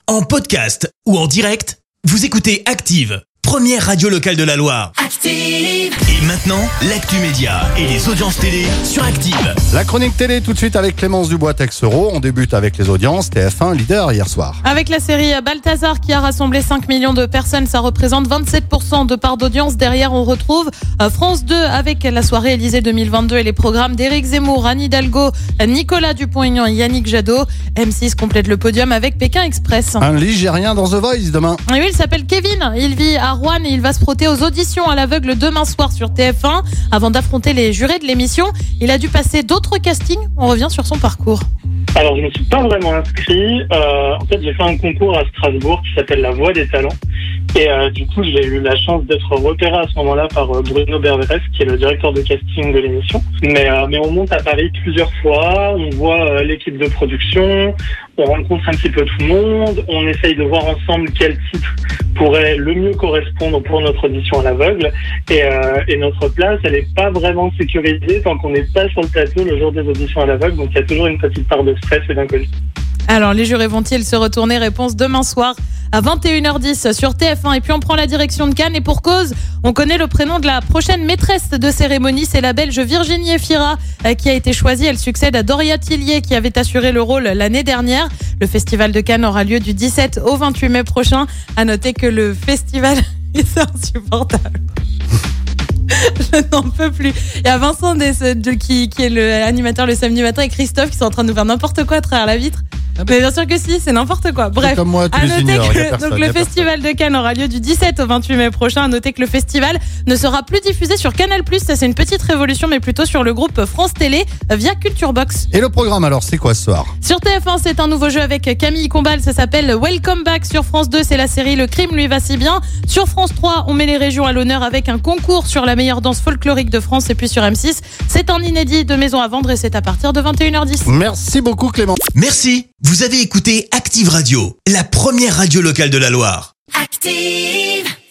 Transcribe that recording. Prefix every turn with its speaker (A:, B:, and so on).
A: En podcast ou en direct, vous écoutez Active, première radio locale de la Loire. Active! Et maintenant, l'actu média et les audiences télé sur Active.
B: La chronique télé tout de suite avec Clémence Dubois-Texero. On débute avec les audiences. TF1 leader hier soir.
C: Avec la série Balthazar qui a rassemblé 5 millions de personnes, ça représente 27% de part d'audience. Derrière, on retrouve France 2 avec la soirée Élysée 2022 et les programmes d'Éric Zemmour, Anne Hidalgo, Nicolas Dupont-Aignan et Yannick Jadot. M6 complète le podium avec Pékin Express.
B: Un Ligérien dans The Voice demain.
C: Et oui, il s'appelle Kevin. Il vit à Rouen et il va se frotter aux auditions à l'aveugle demain soir sur TF1 avant d'affronter les jurés de l'émission. Il a dû passer d'autres castings. On revient sur son parcours.
D: Alors, je ne me suis pas vraiment inscrit. En fait, j'ai fait un concours à Strasbourg qui s'appelle La Voix des Talents. Et du coup, j'ai eu la chance d'être repéré à ce moment-là par Bruno Berberes, qui est le directeur de casting de l'émission. Mais on monte à Paris plusieurs fois, on voit l'équipe de production, on rencontre un petit peu tout le monde, on essaye de voir ensemble quel titre pourrait le mieux correspondre pour notre audition à l'aveugle. Et notre place, elle n'est pas vraiment sécurisée tant qu'on n'est pas sur le plateau le jour des auditions à l'aveugle. Donc, il y a toujours une petite part de stress et d'inconnu.
C: Alors, les jurés vont-ils se retourner? Réponse demain soir à 21h10 sur TF1. Et puis, on prend la direction de Cannes et pour cause, on connaît le prénom de la prochaine maîtresse de cérémonie. C'est la Belge Virginie Efira qui a été choisie. Elle succède à Doria Tillier qui avait assuré le rôle l'année dernière. Le festival de Cannes aura lieu du 17 au 28 mai prochain. À noter que le festival est insupportable. Je n'en peux plus. Il y a Vincent qui est l'animateur le samedi matin et Christophe qui sont en train de nous faire n'importe quoi à travers la vitre. Mais bien sûr que si, c'est n'importe quoi. Bref,
B: comme moi,
C: à noter que le festival de Cannes aura lieu du 17 au 28 mai prochain. À noter que le festival ne sera plus diffusé sur Canal+. Ça, c'est une petite révolution, mais plutôt sur le groupe France Télé via Culture Box.
B: Et le programme alors, c'est quoi ce soir?
C: Sur TF1, c'est un nouveau jeu avec Camille Combal. Ça s'appelle Welcome Back. Sur France 2, c'est la série Le Crime lui va si bien. Sur France 3, on met les régions à l'honneur avec un concours sur la meilleure danse folklorique de France. Et puis sur M6, c'est un inédit de Maison à vendre et c'est à partir de 21h10.
B: Merci beaucoup Clément.
A: Merci. Vous avez écouté Active Radio, la première radio locale de la Loire.
E: Active!